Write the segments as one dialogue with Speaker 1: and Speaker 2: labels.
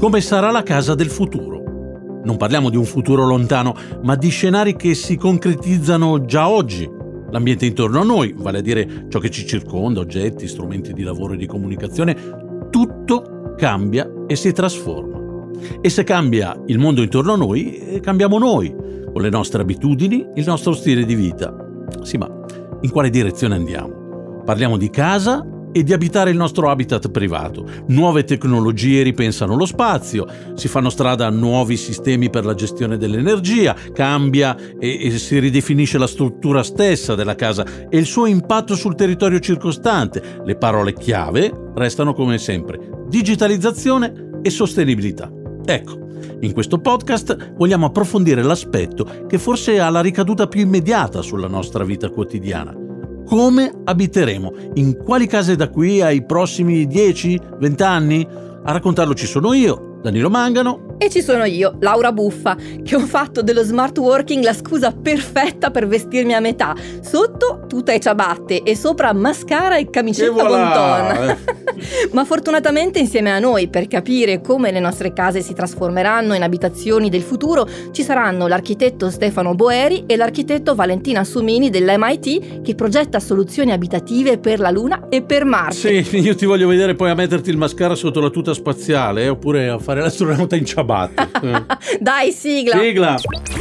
Speaker 1: come sarà la casa del futuro. Non parliamo di un futuro lontano, ma di scenari che si concretizzano già oggi. L'ambiente intorno a noi, vale a dire ciò che ci circonda, oggetti, strumenti di lavoro e di comunicazione, tutto cambia e si trasforma. E se cambia il mondo intorno a noi, cambiamo noi, con le nostre abitudini, il nostro stile di vita. Sì, ma in quale direzione andiamo? Parliamo di casa e di abitare il nostro habitat privato. Nuove tecnologie ripensano lo spazio, si fanno strada nuovi sistemi per la gestione dell'energia, cambia e si ridefinisce la struttura stessa della casa e il suo impatto sul territorio circostante. Le parole chiave restano come sempre: digitalizzazione e sostenibilità. Ecco, in questo podcast vogliamo approfondire l'aspetto che forse ha la ricaduta più immediata sulla nostra vita quotidiana. Come abiteremo? In quali case da qui ai prossimi 10-20 anni? A raccontarlo ci sono io, Danilo Mangano.
Speaker 2: E ci sono io, Laura Buffa, che ho fatto dello smart working la scusa perfetta per vestirmi a metà. Sotto tuta e ciabatte e sopra mascara e camicetta Bonton. Ma fortunatamente insieme a noi, per capire come le nostre case si trasformeranno in abitazioni del futuro, ci saranno l'architetto Stefano Boeri e l'architetto Valentina Sumini dell'MIT, che progetta soluzioni abitative per la Luna e per Marte.
Speaker 1: Sì, io ti voglio vedere poi a metterti il mascara sotto la tuta spaziale, oppure a fare l'astronauta in ciabatte.
Speaker 2: Dai, sigla!
Speaker 1: Sigla!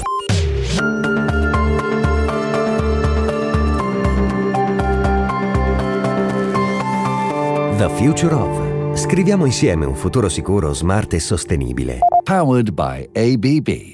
Speaker 3: The Future of. Scriviamo insieme un futuro sicuro, smart e sostenibile.
Speaker 4: Powered by ABB.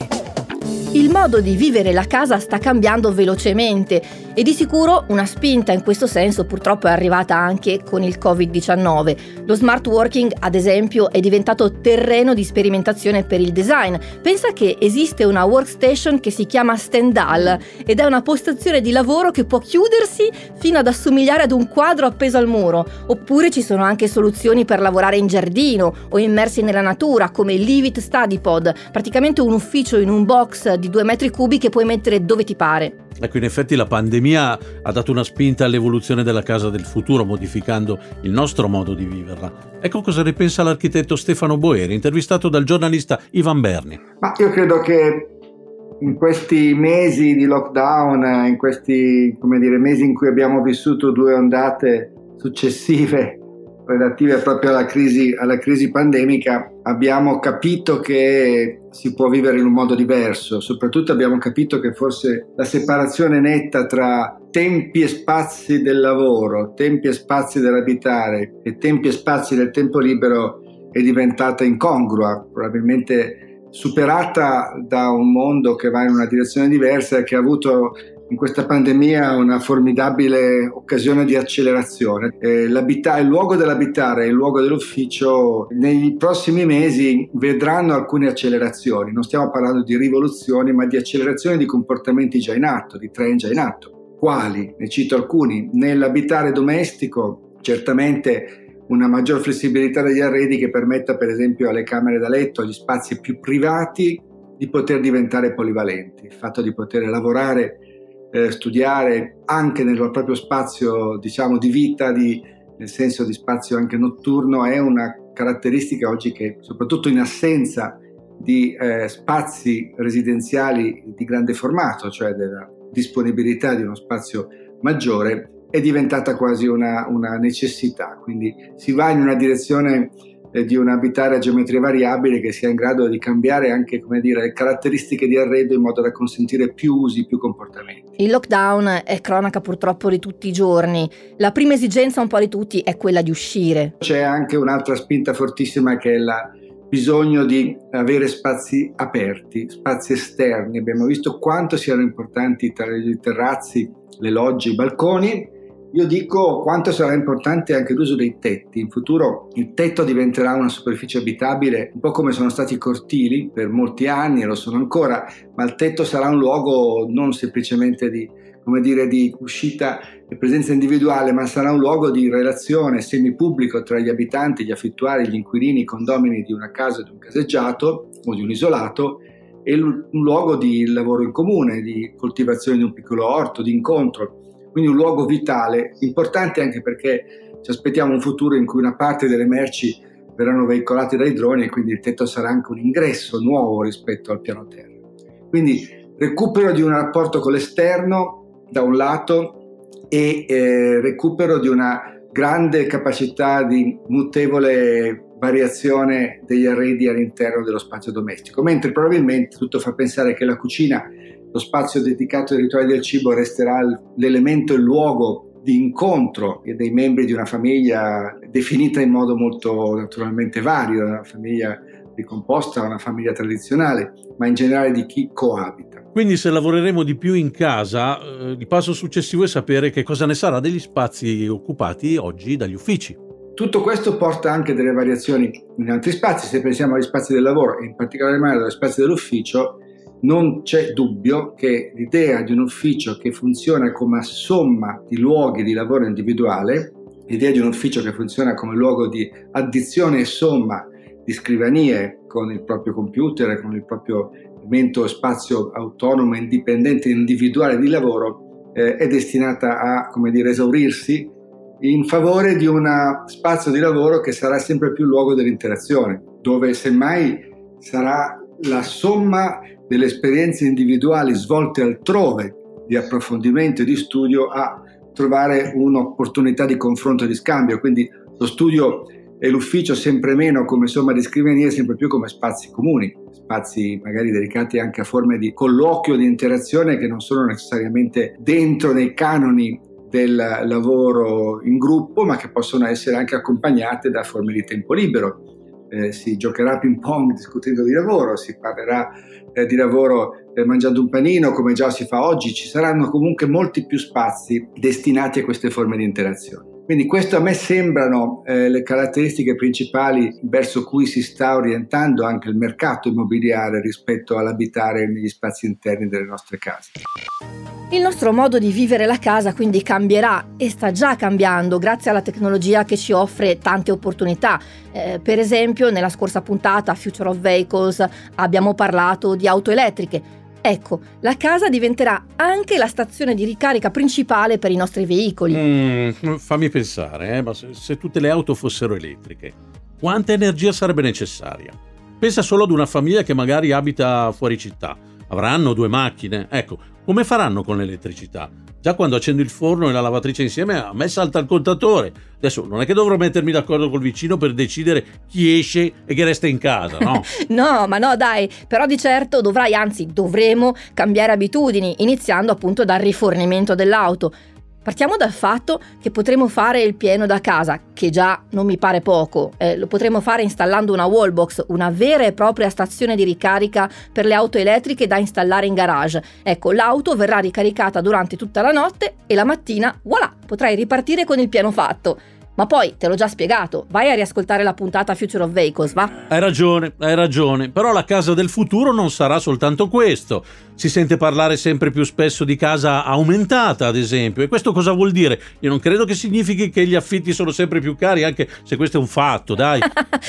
Speaker 2: Il modo di vivere la casa sta cambiando velocemente e di sicuro una spinta in questo senso purtroppo è arrivata anche con il Covid-19. Lo smart working, ad esempio, è diventato terreno di sperimentazione per il design. Pensa che esiste una workstation che si chiama Stendhal ed è una postazione di lavoro che può chiudersi fino ad assomigliare ad un quadro appeso al muro. Oppure ci sono anche soluzioni per lavorare in giardino o immersi nella natura, come il Leave It Study Pod, praticamente un ufficio in un box di 2 metri cubi che puoi mettere dove ti pare.
Speaker 1: Ecco, in effetti la pandemia ha dato una spinta all'evoluzione della casa del futuro, modificando il nostro modo di viverla. Ecco cosa ne pensa l'architetto Stefano Boeri, intervistato dal giornalista Ivan Berni.
Speaker 5: Ma io credo che in questi mesi di lockdown, in questi mesi in cui abbiamo vissuto 2 ondate successive relative proprio alla crisi pandemica, abbiamo capito che si può vivere in un modo diverso. Soprattutto abbiamo capito che forse la separazione netta tra tempi e spazi del lavoro, tempi e spazi dell'abitare e tempi e spazi del tempo libero è diventata incongrua, probabilmente superata da un mondo che va in una direzione diversa e che ha avuto in questa pandemia una formidabile occasione di accelerazione. Il luogo dell'abitare e il luogo dell'ufficio nei prossimi mesi vedranno alcune accelerazioni. Non stiamo parlando di rivoluzioni, ma di accelerazioni di comportamenti già in atto, di trend già in atto. Quali? Ne cito alcuni. Nell'abitare domestico, certamente una maggior flessibilità degli arredi che permetta per esempio alle camere da letto, agli spazi più privati, di poter diventare polivalenti. Il fatto di poter lavorare, studiare anche nel proprio spazio di vita, nel senso di spazio anche notturno, è una caratteristica oggi che, soprattutto in assenza di spazi residenziali di grande formato, cioè della disponibilità di uno spazio maggiore, è diventata quasi una necessità. Quindi si va in una direzione di un abitare a geometria variabile che sia in grado di cambiare anche le caratteristiche di arredo in modo da consentire più usi, più comportamenti.
Speaker 2: Il lockdown è cronaca purtroppo di tutti i giorni. La prima esigenza un po' di tutti è quella di uscire.
Speaker 5: C'è anche un'altra spinta fortissima che è il bisogno di avere spazi aperti, spazi esterni. Abbiamo visto quanto siano importanti i terrazzi, le logge, i balconi. Io dico quanto sarà importante anche l'uso dei tetti. In futuro il tetto diventerà una superficie abitabile, un po' come sono stati i cortili per molti anni e lo sono ancora, ma il tetto sarà un luogo non semplicemente di uscita e presenza individuale, ma sarà un luogo di relazione semipubblico tra gli abitanti, gli affittuari, gli inquilini, i condomini di una casa, di un caseggiato o di un isolato, e un luogo di lavoro in comune, di coltivazione di un piccolo orto, di incontro. Quindi un luogo vitale, importante anche perché ci aspettiamo un futuro in cui una parte delle merci verranno veicolati dai droni e quindi il tetto sarà anche un ingresso nuovo rispetto al piano terra. Quindi recupero di un rapporto con l'esterno da un lato e recupero di una grande capacità di mutevole variazione degli arredi all'interno dello spazio domestico, mentre probabilmente tutto fa pensare che la cucina, lo spazio dedicato ai rituali del cibo, resterà l'elemento, il luogo di incontro dei membri di una famiglia definita in modo molto naturalmente vario, una famiglia ricomposta, una famiglia tradizionale, ma in generale di chi coabita.
Speaker 1: Quindi se lavoreremo di più in casa, il passo successivo è sapere che cosa ne sarà degli spazi occupati oggi dagli uffici.
Speaker 5: Tutto questo porta anche delle variazioni in altri spazi. Se pensiamo agli spazi del lavoro e in particolare agli spazi dell'ufficio, non c'è dubbio che l'idea di un ufficio che funziona come somma di luoghi di lavoro individuale, l'idea di un ufficio che funziona come luogo di addizione e somma di scrivanie con il proprio computer, con il proprio elemento spazio autonomo, indipendente, individuale di lavoro, è destinata a, esaurirsi in favore di uno spazio di lavoro che sarà sempre più luogo dell'interazione, dove semmai sarà la somma delle esperienze individuali svolte altrove di approfondimento e di studio a trovare un'opportunità di confronto e di scambio. Quindi lo studio e l'ufficio sempre meno come somma di scrivanie, sempre più come spazi comuni, spazi magari dedicati anche a forme di colloquio, di interazione che non sono necessariamente dentro nei canoni del lavoro in gruppo, ma che possono essere anche accompagnate da forme di tempo libero. Si giocherà a ping pong discutendo di lavoro, si parlerà di lavoro mangiando un panino come già si fa oggi. Ci saranno comunque molti più spazi destinati a queste forme di interazione. Quindi questo a me sembrano le caratteristiche principali verso cui si sta orientando anche il mercato immobiliare rispetto all'abitare negli spazi interni delle nostre case.
Speaker 2: Il nostro modo di vivere la casa quindi cambierà e sta già cambiando grazie alla tecnologia che ci offre tante opportunità. Per esempio, nella scorsa puntata Future of Vehicles abbiamo parlato di auto elettriche. Ecco, la casa diventerà anche la stazione di ricarica principale per i nostri veicoli.
Speaker 1: Fammi pensare, ma se tutte le auto fossero elettriche, quanta energia sarebbe necessaria? Pensa solo ad una famiglia che magari abita fuori città. Avranno 2 macchine. Ecco, come faranno con l'elettricità? Già quando accendo il forno e la lavatrice insieme, a me salta il contatore. Adesso non è che dovrò mettermi d'accordo col vicino per decidere chi esce e chi resta in casa, no?
Speaker 2: No, dai, però di certo dovremo cambiare abitudini, iniziando appunto dal rifornimento dell'auto. Partiamo dal fatto che potremo fare il pieno da casa, che già non mi pare poco. Lo potremo fare installando una wallbox, una vera e propria stazione di ricarica per le auto elettriche da installare in garage. Ecco, l'auto verrà ricaricata durante tutta la notte e la mattina, voilà, potrai ripartire con il pieno fatto. Ma poi, te l'ho già spiegato, vai a riascoltare la puntata Future of Vehicles, va?
Speaker 1: Hai ragione, però la casa del futuro non sarà soltanto questo. Si sente parlare sempre più spesso di casa aumentata, ad esempio, e questo cosa vuol dire? Io non credo che significhi che gli affitti sono sempre più cari, anche se questo è un fatto, dai.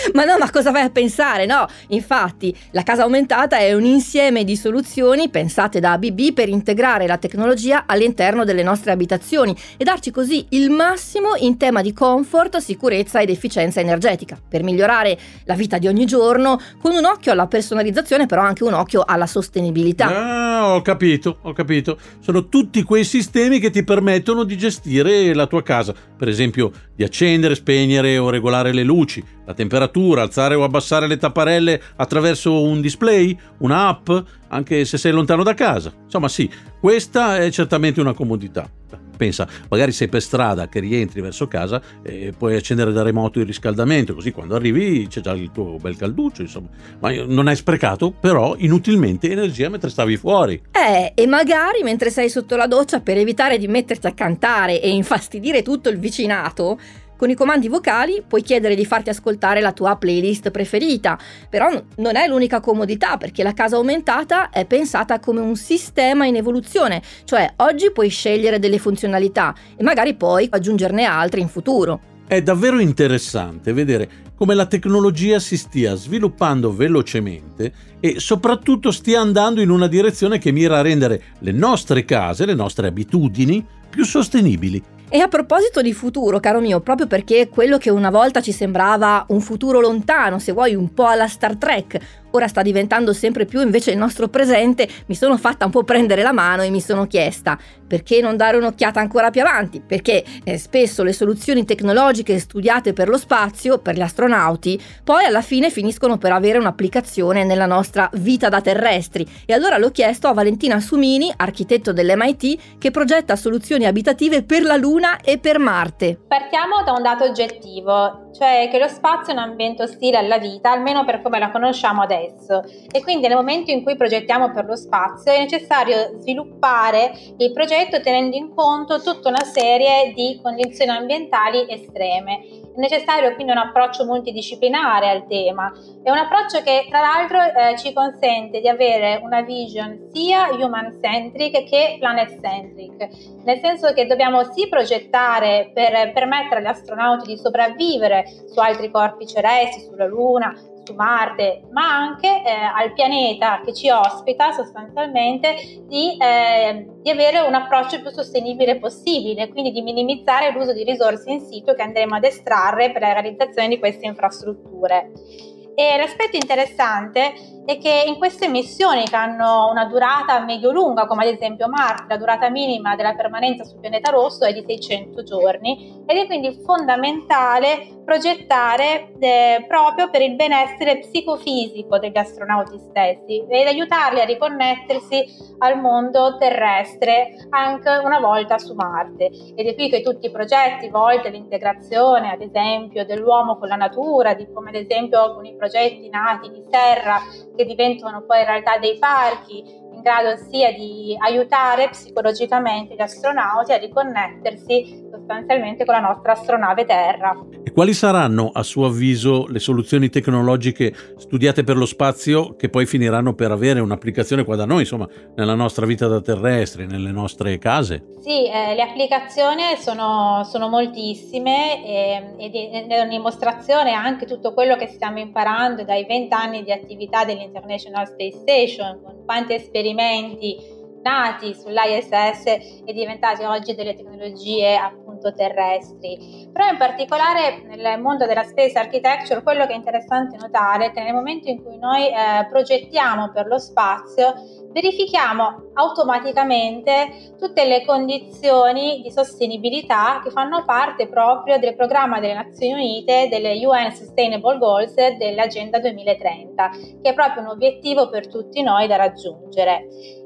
Speaker 2: ma cosa vai a pensare? No, infatti, la casa aumentata è un insieme di soluzioni pensate da ABB per integrare la tecnologia all'interno delle nostre abitazioni e darci così il massimo in tema di comfort, sicurezza ed efficienza energetica, per migliorare la vita di ogni giorno con un occhio alla personalizzazione, però anche un occhio alla sostenibilità.
Speaker 1: Ho capito. Sono tutti quei sistemi che ti permettono di gestire la tua casa, per esempio di accendere, spegnere o regolare le luci, la temperatura, alzare o abbassare le tapparelle attraverso un display, un'app, anche se sei lontano da casa. Insomma sì, questa è certamente una comodità. Pensa, magari sei per strada che rientri verso casa e puoi accendere da remoto il riscaldamento, così quando arrivi c'è già il tuo bel calduccio, insomma. Ma non hai sprecato però inutilmente energia mentre stavi fuori.
Speaker 2: E magari mentre sei sotto la doccia, per evitare di metterti a cantare e infastidire tutto il vicinato, con i comandi vocali puoi chiedere di farti ascoltare la tua playlist preferita. Però non è l'unica comodità, perché la casa aumentata è pensata come un sistema in evoluzione, cioè oggi puoi scegliere delle funzionalità e magari poi aggiungerne altre in futuro.
Speaker 1: È davvero interessante vedere come la tecnologia si stia sviluppando velocemente e soprattutto stia andando in una direzione che mira a rendere le nostre case, le nostre abitudini più sostenibili.
Speaker 2: E a proposito di futuro, caro mio, proprio perché quello che una volta ci sembrava un futuro lontano, se vuoi un po' alla Star Trek, ora sta diventando sempre più invece il nostro presente, mi sono fatta un po' prendere la mano e mi sono chiesta: perché non dare un'occhiata ancora più avanti? Perché spesso le soluzioni tecnologiche studiate per lo spazio, per gli astronauti, poi alla fine finiscono per avere un'applicazione nella nostra vita da terrestri. E allora l'ho chiesto a Valentina Sumini, architetto dell'MIT, che progetta soluzioni abitative per la Luna e per Marte.
Speaker 6: Partiamo da un dato oggettivo, cioè che lo spazio è un ambiente ostile alla vita, almeno per come la conosciamo adesso. E quindi nel momento in cui progettiamo per lo spazio è necessario sviluppare il progetto tenendo in conto tutta una serie di condizioni ambientali estreme. È necessario quindi un approccio multidisciplinare al tema. È un approccio che tra l'altro ci consente di avere una vision sia human-centric che planet-centric, nel senso che dobbiamo sì progettare per permettere agli astronauti di sopravvivere su altri corpi celesti, sulla Luna, su Marte, ma anche al pianeta che ci ospita sostanzialmente di avere un approccio più sostenibile possibile, quindi di minimizzare l'uso di risorse in situ che andremo ad estrarre per la realizzazione di queste infrastrutture. E l'aspetto interessante è che in queste missioni che hanno una durata medio-lunga, come ad esempio Marte, la durata minima della permanenza sul pianeta rosso è di 600 giorni ed è quindi fondamentale progettare proprio per il benessere psicofisico degli astronauti stessi ed aiutarli a riconnettersi al mondo terrestre anche una volta su Marte. Ed è qui che tutti i progetti volti all'integrazione, ad esempio, dell'uomo con la natura, come ad esempio alcuni progetti nati di terra che diventano poi in realtà dei parchi, in grado sia di aiutare psicologicamente gli astronauti a riconnettersi sostanzialmente con la nostra astronave Terra.
Speaker 1: E quali saranno, a suo avviso, le soluzioni tecnologiche studiate per lo spazio che poi finiranno per avere un'applicazione qua da noi, insomma, nella nostra vita da terrestri, nelle nostre case?
Speaker 6: Sì, le applicazioni sono moltissime ed è una dimostrazione anche tutto quello che stiamo imparando dai 20 anni di attività dell'International Space Station, con quanti esperimenti nati sull'ISS e diventati oggi delle tecnologie appunto terrestri. Però in particolare nel mondo della space architecture quello che è interessante notare è che nel momento in cui noi progettiamo per lo spazio verifichiamo automaticamente tutte le condizioni di sostenibilità che fanno parte proprio del programma delle Nazioni Unite, delle UN Sustainable Goals dell'Agenda 2030, che è proprio un obiettivo per tutti noi da raggiungere.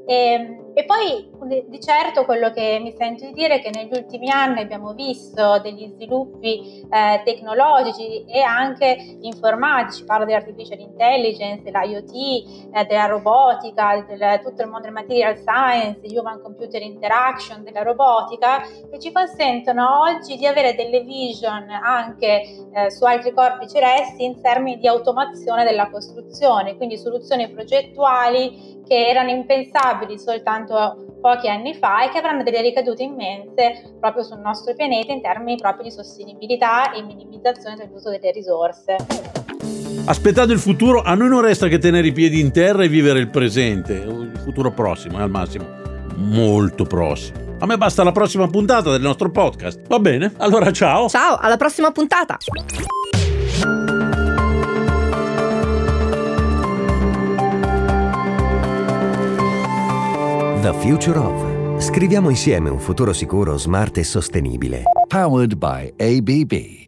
Speaker 6: E poi di certo quello che mi sento di dire è che negli ultimi anni abbiamo visto degli sviluppi tecnologici e anche informatici, parlo dell'artificial intelligence, dell'IoT, della robotica, tutto il mondo del material science, human computer interaction, della robotica, che ci consentono oggi di avere delle vision anche su altri corpi celesti in termini di automazione della costruzione, quindi soluzioni progettuali che erano impensabili soltanto pochi anni fa e che avranno delle ricadute immense proprio sul nostro pianeta in termini proprio di sostenibilità e minimizzazione dell'uso delle risorse.
Speaker 1: Aspettando il futuro, a noi non resta che tenere i piedi in terra e vivere il presente, il futuro prossimo, al massimo, molto prossimo. A me basta la prossima puntata del nostro podcast. Va bene? Allora ciao!
Speaker 2: Ciao, alla prossima puntata!
Speaker 3: The Future of. Scriviamo insieme un futuro sicuro, smart e sostenibile.
Speaker 4: Powered by ABB.